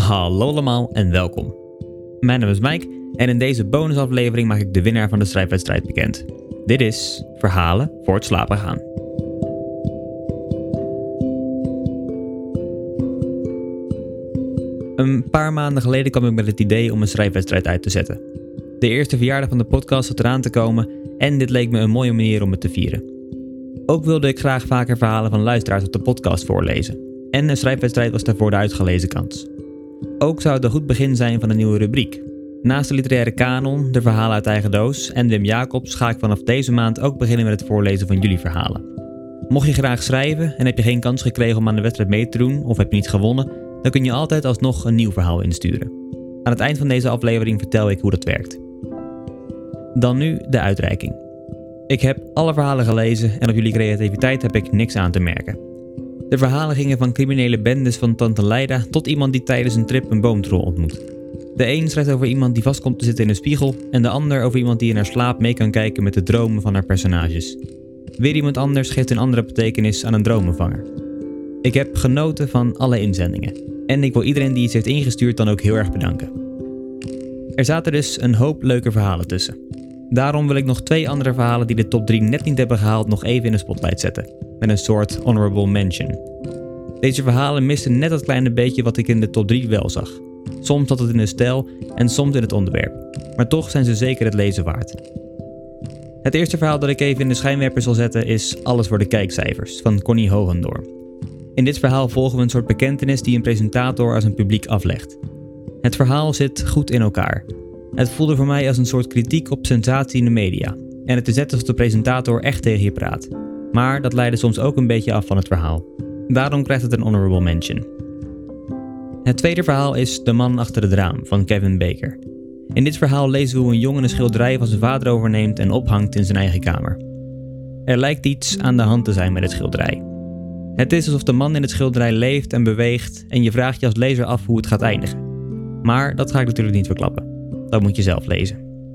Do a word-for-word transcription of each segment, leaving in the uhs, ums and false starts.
Hallo allemaal en welkom. Mijn naam is Mike en in deze bonusaflevering maak ik de winnaar van de schrijfwedstrijd bekend. Dit is Verhalen voor het slapen gaan. Een paar maanden geleden kwam ik met het idee om een schrijfwedstrijd uit te zetten. De eerste verjaardag van de podcast zat eraan te komen en dit leek me een mooie manier om het te vieren. Ook wilde ik graag vaker verhalen van luisteraars op de podcast voorlezen. En een schrijfwedstrijd was daarvoor de uitgelezen kans. Ook zou het een goed begin zijn van een nieuwe rubriek. Naast de literaire kanon, de verhalen uit eigen doos en Wim Jacobs ga ik vanaf deze maand ook beginnen met het voorlezen van jullie verhalen. Mocht je graag schrijven en heb je geen kans gekregen om aan de wedstrijd mee te doen of heb je niet gewonnen, dan kun je altijd alsnog een nieuw verhaal insturen. Aan het eind van deze aflevering vertel ik hoe dat werkt. Dan nu de uitreiking. Ik heb alle verhalen gelezen en op jullie creativiteit heb ik niks aan te merken. De verhalen gingen van criminele bendes van Tante Leida tot iemand die tijdens een trip een boomtrol ontmoet. De een schrijft over iemand die vast komt te zitten in een spiegel en de ander over iemand die in haar slaap mee kan kijken met de dromen van haar personages. Weer iemand anders geeft een andere betekenis aan een dromenvanger. Ik heb genoten van alle inzendingen en ik wil iedereen die iets heeft ingestuurd dan ook heel erg bedanken. Er zaten dus een hoop leuke verhalen tussen. Daarom wil ik nog twee andere verhalen die de top drie net niet hebben gehaald nog even in de spotlight zetten, met een soort honorable mention. Deze verhalen misten net dat kleine beetje wat ik in de top drie wel zag. Soms zat het in de stijl en soms in het onderwerp, maar toch zijn ze zeker het lezen waard. Het eerste verhaal dat ik even in de schijnwerper zal zetten is Alles voor de kijkcijfers van Connie Hogendoorn. In dit verhaal volgen we een soort bekentenis die een presentator aan zijn publiek aflegt. Het verhaal zit goed in elkaar. Het voelde voor mij als een soort kritiek op sensatie in de media. En het is net alsof de presentator echt tegen je praat. Maar dat leidde soms ook een beetje af van het verhaal. Daarom krijgt het een honorable mention. Het tweede verhaal is De man achter het raam van Kevin Baker. In dit verhaal lezen we hoe een jongen een schilderij van zijn vader overneemt en ophangt in zijn eigen kamer. Er lijkt iets aan de hand te zijn met het schilderij. Het is alsof de man in het schilderij leeft en beweegt en je vraagt je als lezer af hoe het gaat eindigen. Maar dat ga ik natuurlijk niet verklappen. Dat moet je zelf lezen.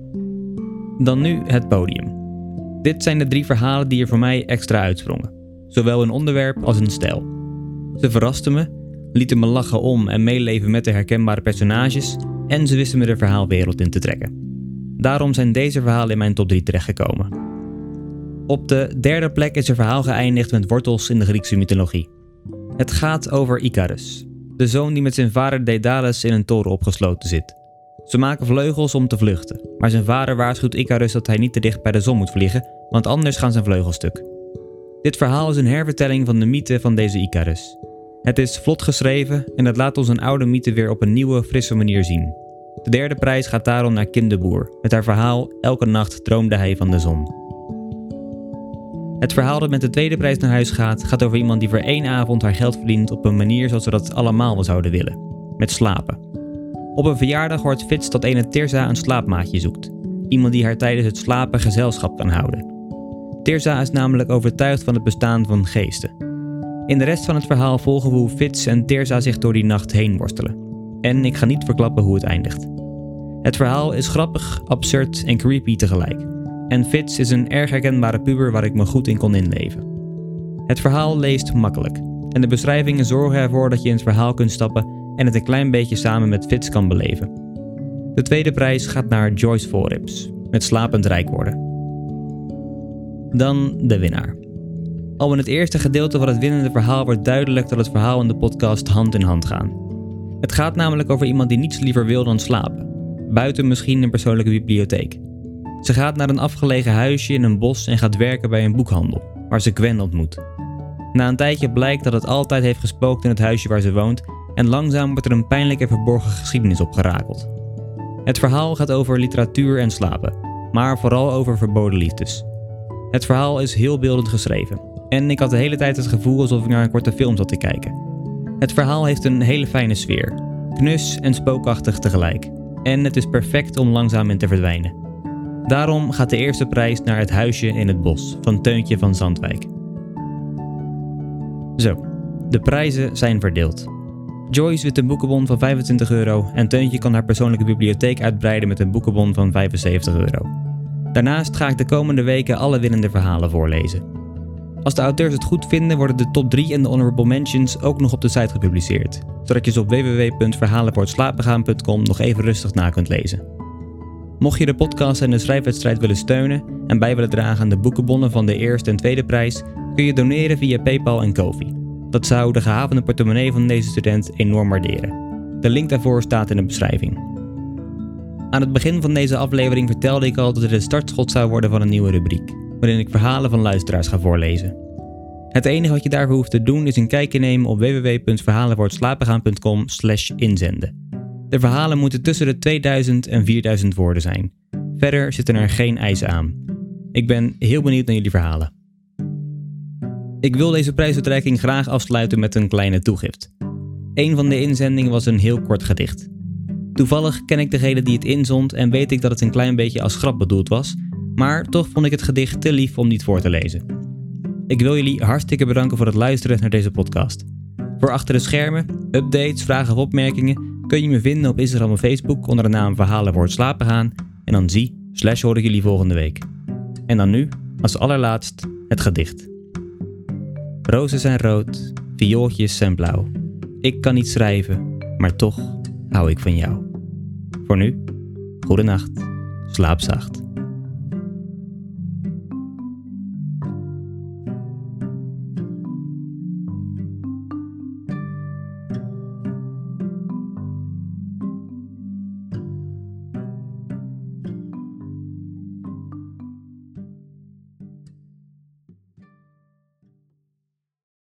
Dan nu het podium. Dit zijn de drie verhalen die er voor mij extra uitsprongen. Zowel in onderwerp als in stijl. Ze verrasten me, lieten me lachen om en meeleven met de herkenbare personages en ze wisten me de verhaalwereld in te trekken. Daarom zijn deze verhalen in mijn top drie terechtgekomen. Op de derde plek is een verhaal geëindigd met wortels in de Griekse mythologie. Het gaat over Icarus, de zoon die met zijn vader Daedalus in een toren opgesloten zit. Ze maken vleugels om te vluchten, maar zijn vader waarschuwt Icarus dat hij niet te dicht bij de zon moet vliegen, want anders gaan zijn vleugels stuk. Dit verhaal is een hervertelling van de mythe van deze Icarus. Het is vlot geschreven en het laat ons een oude mythe weer op een nieuwe, frisse manier zien. De derde prijs gaat daarom naar Kim de Boer, met haar verhaal Elke nacht droomde hij van de zon. Het verhaal dat met de tweede prijs naar huis gaat, gaat over iemand die voor één avond haar geld verdient op een manier zoals we dat allemaal wel zouden willen. Met slapen. Op een verjaardag hoort Fitz dat ene Tirza een slaapmaatje zoekt. Iemand die haar tijdens het slapen gezelschap kan houden. Tirza is namelijk overtuigd van het bestaan van geesten. In de rest van het verhaal volgen we hoe Fitz en Tirza zich door die nacht heen worstelen. En ik ga niet verklappen hoe het eindigt. Het verhaal is grappig, absurd en creepy tegelijk. En Fitz is een erg herkenbare puber waar ik me goed in kon inleven. Het verhaal leest makkelijk. En de beschrijvingen zorgen ervoor dat je in het verhaal kunt stappen en het een klein beetje samen met Fitz kan beleven. De tweede prijs gaat naar Joyce Voorrips, met Slapend rijk worden. Dan de winnaar. Al in het eerste gedeelte van het winnende verhaal wordt duidelijk dat het verhaal en de podcast hand in hand gaan. Het gaat namelijk over iemand die niets liever wil dan slapen. Buiten misschien een persoonlijke bibliotheek. Ze gaat naar een afgelegen huisje in een bos en gaat werken bij een boekhandel, waar ze Gwen ontmoet. Na een tijdje blijkt dat het altijd heeft gespookt in het huisje waar ze woont en langzaam wordt er een pijnlijke verborgen geschiedenis opgerakeld. Het verhaal gaat over literatuur en slapen, maar vooral over verboden liefdes. Het verhaal is heel beeldend geschreven en ik had de hele tijd het gevoel alsof ik naar een korte film zat te kijken. Het verhaal heeft een hele fijne sfeer, knus en spookachtig tegelijk. En het is perfect om langzaam in te verdwijnen. Daarom gaat de eerste prijs naar Het huisje in het bos van Teuntje van Zandwijk. Zo, de prijzen zijn verdeeld. Joyce wint een boekenbon van vijfentwintig euro en Teuntje kan haar persoonlijke bibliotheek uitbreiden met een boekenbon van vijfenzeventig euro. Daarnaast ga ik de komende weken alle winnende verhalen voorlezen. Als de auteurs het goed vinden, worden de top drie en de honorable mentions ook nog op de site gepubliceerd, zodat je ze op w w w punt verhalen voor het slapen gaan punt com nog even rustig na kunt lezen. Mocht je de podcast en de schrijfwedstrijd willen steunen en bij willen dragen aan de boekenbonnen van de eerste en tweede prijs, kun je doneren via PayPal en Ko-fi. Dat zou de gehavende portemonnee van deze student enorm waarderen. De link daarvoor staat in de beschrijving. Aan het begin van deze aflevering vertelde ik al dat het het startschot zou worden van een nieuwe rubriek, waarin ik verhalen van luisteraars ga voorlezen. Het enige wat je daarvoor hoeft te doen is een kijkje nemen op w w w punt verhalen voor het slapen gaan punt com slash inzenden. De verhalen moeten tussen de tweeduizend en vierduizend woorden zijn. Verder zitten er geen eisen aan. Ik ben heel benieuwd naar jullie verhalen. Ik wil deze prijsuitreiking graag afsluiten met een kleine toegift. Een van de inzendingen was een heel kort gedicht. Toevallig ken ik degene die het inzond en weet ik dat het een klein beetje als grap bedoeld was, maar toch vond ik het gedicht te lief om niet voor te lezen. Ik wil jullie hartstikke bedanken voor het luisteren naar deze podcast. Voor achter de schermen, updates, vragen of opmerkingen kun je me vinden op Instagram en Facebook onder de naam Verhalen voor het slapen gaan en dan zie slash hoor ik jullie volgende week. En dan nu, als allerlaatst, het gedicht. Rozen zijn rood, viooltjes zijn blauw. Ik kan niet schrijven, maar toch hou ik van jou. Voor nu, goedenacht, slaap zacht.